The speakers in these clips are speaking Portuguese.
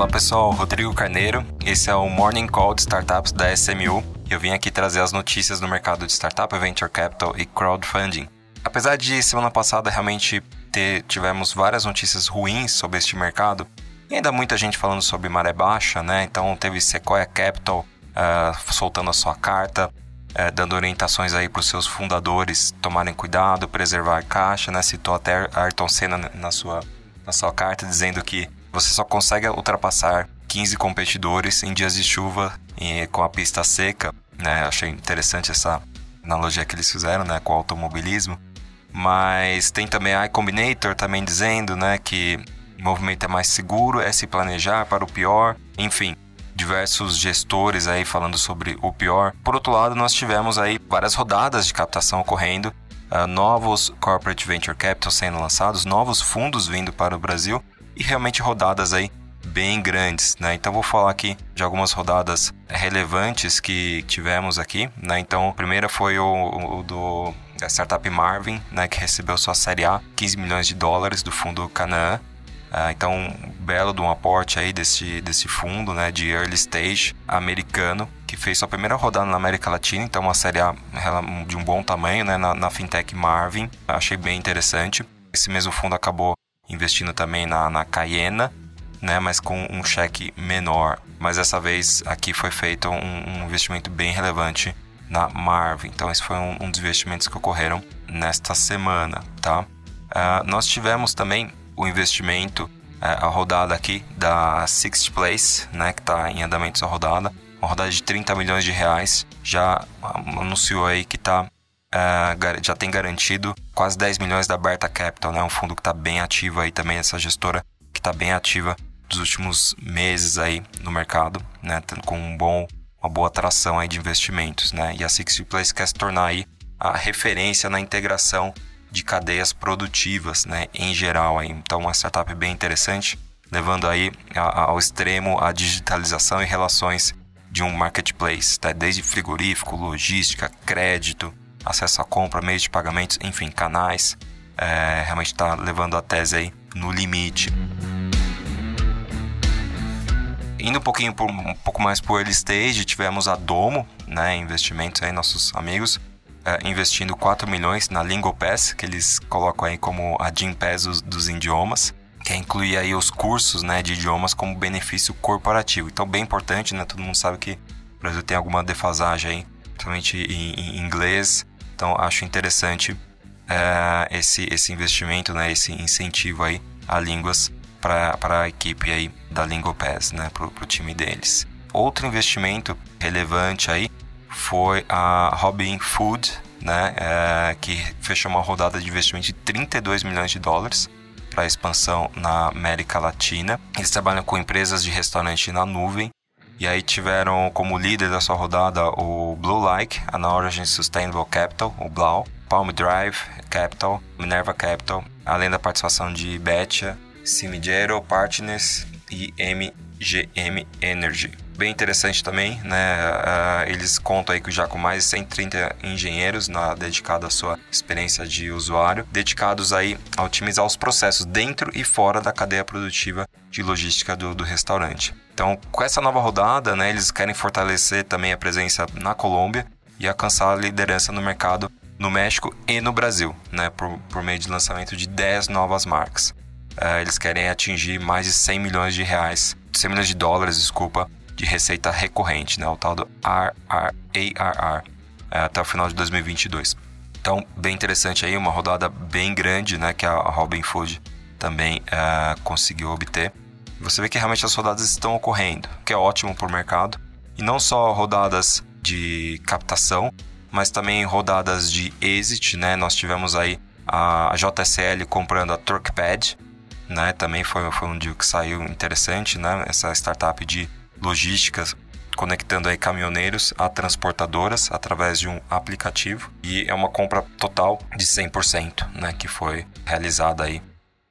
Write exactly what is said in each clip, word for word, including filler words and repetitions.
Olá pessoal, Rodrigo Carneiro, esse é o Morning Call de Startups da S M U e eu vim aqui trazer as notícias do mercado de Startup, Venture Capital e Crowdfunding. Apesar de semana passada realmente ter, tivemos várias notícias ruins sobre este mercado, e ainda muita gente falando sobre maré baixa, né? Então teve Sequoia Capital uh, soltando a sua carta, uh, dando orientações aí para os seus fundadores tomarem cuidado, preservar caixa, né? Citou até Ayrton Senna na sua, na sua carta dizendo que você só consegue ultrapassar quinze competidores em dias de chuva e com a pista seca, né? Achei interessante essa analogia que eles fizeram, né, com o automobilismo. Mas tem também a iCombinator também dizendo, né, que o movimento é mais seguro, é se planejar para o pior. Enfim, diversos gestores aí falando sobre o pior. Por outro lado, nós tivemos aí várias rodadas de captação ocorrendo, uh, novos Corporate Venture Capital sendo lançados, novos fundos vindo para o Brasil e realmente rodadas aí bem grandes, né? Então vou falar aqui de algumas rodadas relevantes que tivemos aqui, né? Então a primeira foi o, o do a startup Marvin, né, que recebeu sua série A, quinze milhões de dólares do fundo Canaan. Uh, então um belo de um aporte aí desse, desse fundo, né, de early stage americano, que fez sua primeira rodada na América Latina, então uma série A de um bom tamanho, né, na, na fintech Marvin. Achei bem interessante. Esse mesmo fundo acabou investindo também na, na Cayena, né, mas com um cheque menor. Mas dessa vez aqui foi feito um, um investimento bem relevante na Marvin. Então esse foi um, um dos investimentos que ocorreram nesta semana, tá? Uh, nós tivemos também o investimento, uh, a rodada aqui da Sixth Place, né, que está em andamento essa rodada, uma rodada de trinta milhões de reais, já anunciou aí que tá, uh, já tem garantido quase dez milhões da Berta Capital, né, um fundo que está bem ativo aí também, essa gestora que está bem ativa dos últimos meses aí no mercado, né, com um bom, uma boa atração aí de investimentos, né, e a Sixth Place quer se tornar aí a referência na integração de cadeias produtivas, né, em geral aí. Então uma startup bem interessante, levando aí a, ao extremo a digitalização e relações de um marketplace, tá? Desde frigorífico, logística, crédito, acesso à compra, meios de pagamentos, enfim, canais, é, realmente está levando a tese aí no limite. Indo um pouquinho por, um pouco mais para o early stage, tivemos a Domo, né, investimentos aí, nossos amigos, é, investindo quatro milhões na LingoPass, que eles colocam aí como a Gympass dos, dos idiomas, que inclui aí os cursos, né, de idiomas como benefício corporativo. Então, bem importante, né, todo mundo sabe que o Brasil tem alguma defasagem aí, principalmente em, em inglês. Então, acho interessante é, esse, esse investimento, né, esse incentivo aí a línguas para a equipe aí da LingoPass, né, para o time deles. Outro investimento relevante aí foi a Robin Food, né, é, que fechou uma rodada de investimento de trinta e dois milhões de dólares para expansão na América Latina. Eles trabalham com empresas de restaurante na nuvem e aí tiveram como líder da sua rodada o Blue Like, a Norwegian Sustainable Capital, o Blau, Palm Drive Capital, Minerva Capital, além da participação de Betia, Simigero Partners e M G M Energy. Bem interessante também, né? Uh, eles contam aí já com mais de cento e trinta engenheiros na, dedicados à sua experiência de usuário, dedicados aí a otimizar os processos dentro e fora da cadeia produtiva de logística do, do restaurante. Então, com essa nova rodada, né, eles querem fortalecer também a presença na Colômbia e alcançar a liderança no mercado no México e no Brasil, né, por, por meio de lançamento de dez novas marcas. Uh, eles querem atingir mais de cem milhões de reais, cem milhões de dólares, desculpa, de receita recorrente, né, o tal do A R R, uh, até o final de dois mil e vinte e dois. Então, bem interessante aí, uma rodada bem grande, né, que a Robin Food também uh, conseguiu obter. Você vê que realmente as rodadas estão ocorrendo, que é ótimo para o mercado. E não só rodadas de captação, mas também rodadas de exit, né? Nós tivemos aí a J S L comprando a Turkpad, né? Também foi, foi um deal que saiu interessante, né? Essa startup de logística conectando aí caminhoneiros a transportadoras através de um aplicativo. E é uma compra total de cem por cento, né? Que foi realizada aí,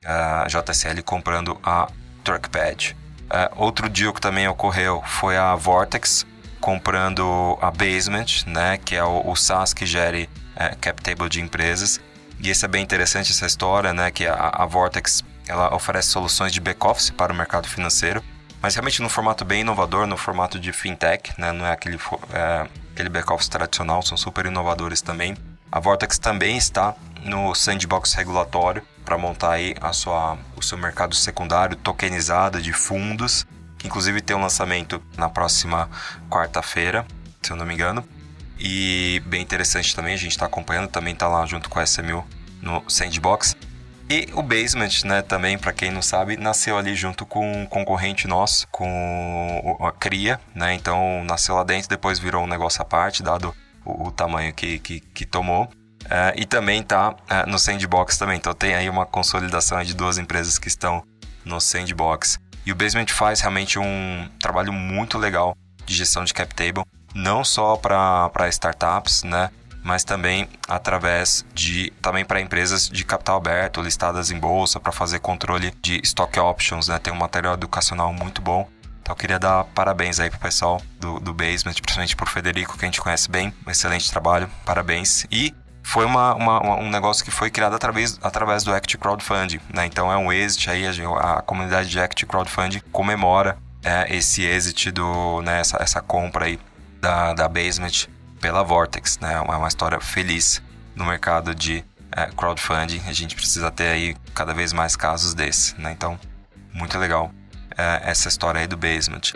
a J S L comprando a Turkpad. Uh, outro deal que também ocorreu foi a Vortex comprando a Basement, né, que é o, o SaaS que gere uh, cap table de empresas. E esse é bem interessante, essa história, né, que a, a Vortex ela oferece soluções de back-office para o mercado financeiro. mas realmente num formato bem inovador, no formato de fintech, né? Não é aquele, é, aquele back-office tradicional, são super inovadores também. A Vortex também está no sandbox regulatório para montar aí a sua, o seu mercado secundário tokenizado de fundos, que inclusive tem um lançamento na próxima quarta-feira, se eu não me engano. E bem interessante também, a gente está acompanhando, também está lá junto com a S M U no Sandbox. E o Basement, né, também, para quem não sabe, nasceu ali junto com um concorrente nosso, com a Cria, né, então nasceu lá dentro, depois virou um negócio à parte, dado o, o tamanho que, que, que tomou. Uh, e também está uh, no Sandbox também, então tem aí uma consolidação de duas empresas que estão no Sandbox. E o Basement faz realmente um trabalho muito legal de gestão de cap table, não só para startups, né, mas também através de também para empresas de capital aberto, listadas em bolsa, para fazer controle de stock options, né? Tem um material educacional muito bom. Então eu queria dar parabéns aí pro pessoal do, do Basement, principalmente pro Federico, que a gente conhece bem. Um excelente trabalho, parabéns. E foi uma, uma, um negócio que foi criado através, através do Equity Crowdfunding, né? Então é um exit aí, a, a comunidade de Equity Crowdfunding comemora é, esse exit, do, né, essa, essa compra aí da, da Basement pela Vortex, né? É uma história feliz no mercado de é, crowdfunding. A gente precisa ter aí cada vez mais casos desses, né? Então, muito legal é, essa história aí do Basement.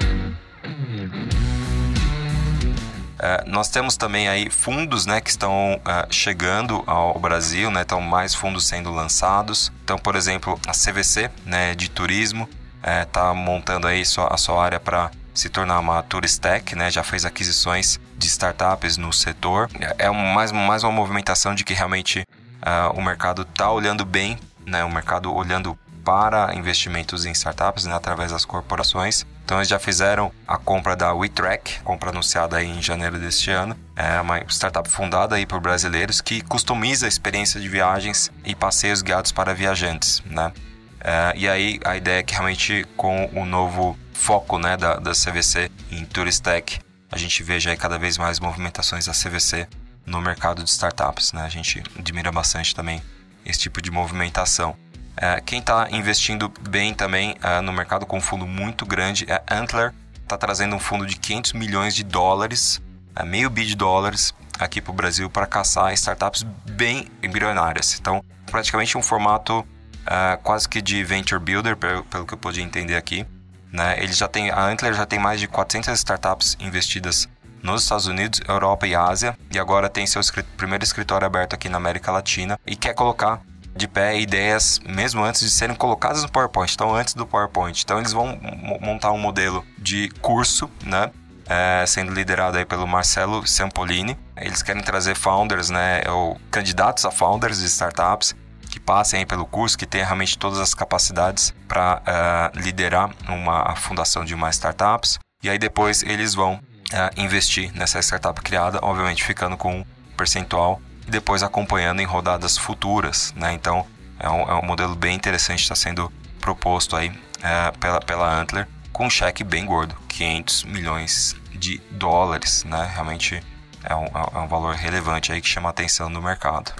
É, nós temos também aí fundos, né, que estão é, chegando ao Brasil, né? Então, mais fundos sendo lançados. Então, por exemplo, a C V C, né, de turismo, está é, montando aí sua, a sua área para se tornar uma Turistech, né? Já fez aquisições de startups no setor. É mais, mais uma movimentação de que realmente uh, o mercado está olhando bem, né? O mercado olhando para investimentos em startups, né? Através das corporações. Então eles já fizeram a compra da WeTrack, compra anunciada aí em janeiro deste ano. É uma startup fundada aí por brasileiros que customiza a experiência de viagens e passeios guiados para viajantes, né? Uh, e aí a ideia é que realmente com o novo foco, né, da, da C V C em Turistech, a gente veja aí cada vez mais movimentações da C V C no mercado de startups, né? A gente admira bastante também esse tipo de movimentação. Uh, quem está investindo bem também uh, no mercado com um fundo muito grande é Antler, está trazendo um fundo de quinhentos milhões de dólares, uh, meio bi de dólares aqui para o Brasil para caçar startups bem embrionárias. Então, praticamente um formato Uh, quase que de venture builder, pelo, pelo que eu pude entender aqui, né? Ele já tem, a Antler já tem mais de quatrocentas startups investidas nos Estados Unidos, Europa e Ásia, e agora tem seu escrit- primeiro escritório aberto aqui na América Latina e quer colocar de pé ideias mesmo antes de serem colocadas no PowerPoint, então antes do PowerPoint. Então eles vão m- montar um modelo de curso, né? É, sendo liderado aí pelo Marcelo Sampolini. Eles querem trazer founders, né, ou candidatos a founders de startups que passem aí pelo curso, que tenham realmente todas as capacidades para uh, liderar uma, a fundação de mais startups. E aí depois eles vão uh, investir nessa startup criada, obviamente ficando com um percentual e depois acompanhando em rodadas futuras, né? Então é um, é um modelo bem interessante que está sendo proposto aí uh, pela, pela Antler, com um cheque bem gordo, quinhentos milhões de dólares, né? Realmente é um, é um valor relevante aí que chama a atenção no mercado.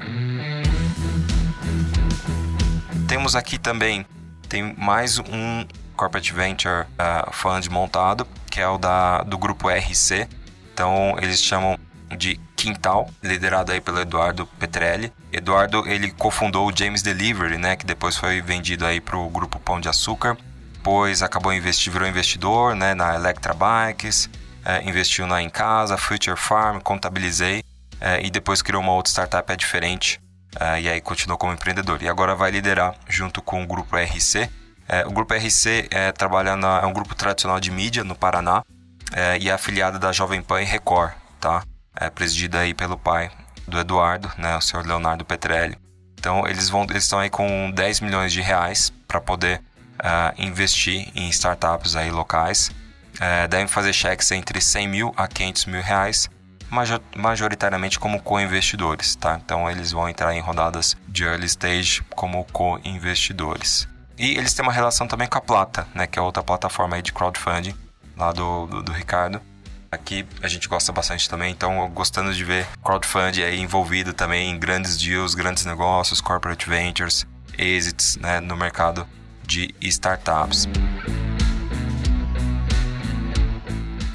Temos aqui também, tem mais um Corporate Venture uh, Fund montado, que é o da, do grupo R C. Então, eles chamam de Quintal, liderado aí pelo Eduardo Petrelli. Eduardo, ele cofundou o James Delivery, né, que depois foi vendido aí para o grupo Pão de Açúcar. Depois acabou investir, virou investidor, né, na Electra Bikes, uh, investiu na Em Casa, Future Farm, Contabilizei, uh, e depois criou uma outra startup, é diferente. Uh, e aí continuou como empreendedor. E agora vai liderar junto com o Grupo R C. Uh, o Grupo R C é, trabalha na, é um grupo tradicional de mídia no Paraná uh, e é afiliado da Jovem Pan e Record, tá? É presidida aí pelo pai do Eduardo, né, o senhor Leonardo Petrelli. Então eles vão, eles estão aí com dez milhões de reais para poder uh, investir em startups aí locais. Uh, devem fazer cheques entre cem mil a quinhentos mil reais. Majoritariamente como co-investidores, tá? Então eles vão entrar em rodadas de early stage como co-investidores. E eles têm uma relação também com a Plata, né? Que é outra plataforma aí de crowdfunding lá do, do, do Ricardo. Aqui a gente gosta bastante também, então gostando de ver crowdfunding aí envolvido também em grandes deals, grandes negócios, corporate ventures, exits, né? No mercado de startups.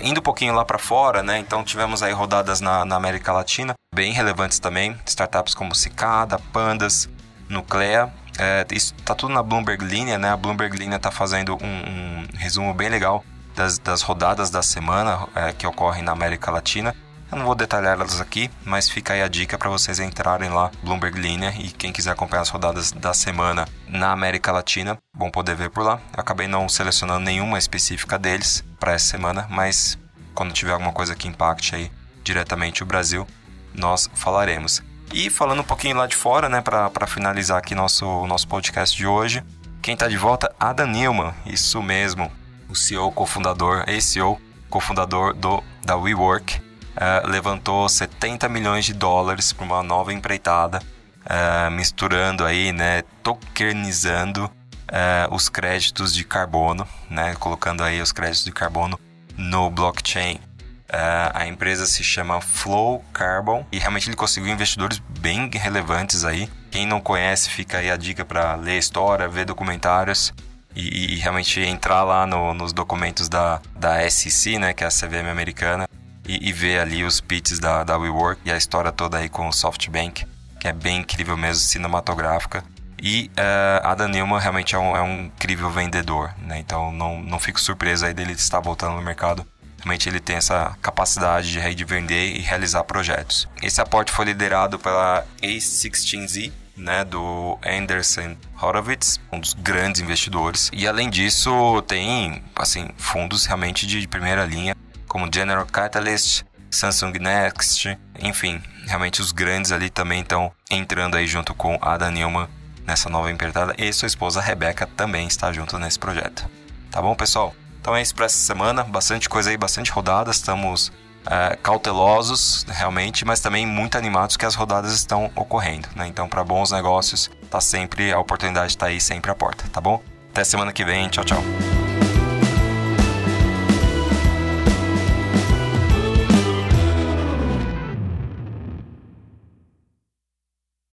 indo um pouquinho lá para fora, né? Então tivemos aí rodadas na, na América Latina, bem relevantes também. Startups como Cicada, Pandas, Nuclea. É, isso tá tudo na Bloomberg Linha, né? A Bloomberg Linha tá fazendo um, um resumo bem legal das, das rodadas da semana é, que ocorrem na América Latina. Eu não vou detalhar elas aqui, mas fica aí a dica para vocês entrarem lá, Bloomberg Linha, e quem quiser acompanhar as rodadas da semana na América Latina, bom poder ver por lá. Eu acabei não selecionando nenhuma específica deles para essa semana, mas quando tiver alguma coisa que impacte aí diretamente o Brasil, nós falaremos. E falando um pouquinho lá de fora, né, para finalizar aqui nosso, nosso podcast de hoje, quem tá de volta? Adam Neumann, isso mesmo, o C E O, cofundador, ex-C E O, cofundador do, da WeWork. Uh, levantou setenta milhões de dólares para uma nova empreitada, uh, misturando aí, né, tokenizando uh, os créditos de carbono, né, colocando aí os créditos de carbono no blockchain. Uh, a empresa se chama Flow Carbon e realmente ele conseguiu investidores bem relevantes aí. Quem não conhece, fica aí a dica para ler a história, ver documentários e, e realmente entrar lá no, nos documentos da, da S E C, né, que é a C V M americana, e, e ver ali os pitches da, da WeWork e a história toda aí com o SoftBank, que é bem incrível mesmo, cinematográfica. E uh, Adam Neumann realmente é um, é um incrível vendedor, né? Então não, não fico surpreso aí dele estar voltando no mercado. Realmente ele tem essa capacidade de, de vender e realizar projetos. Esse aporte foi liderado pela A dezesseis Z, né, do Anderson Horowitz, um dos grandes investidores. E além disso, tem assim, fundos realmente de primeira linha, como General Catalyst, Samsung Next, enfim, realmente os grandes ali também estão entrando aí junto com Adam Neumann nessa nova empreitada, e sua esposa Rebecca também está junto nesse projeto. Tá bom, pessoal? Então é isso para essa semana, bastante coisa aí, bastante rodadas, estamos é, cautelosos realmente, mas também muito animados que as rodadas estão ocorrendo, né? Então para bons negócios, tá sempre, a oportunidade está aí sempre à porta, tá bom? Até semana que vem, tchau, tchau.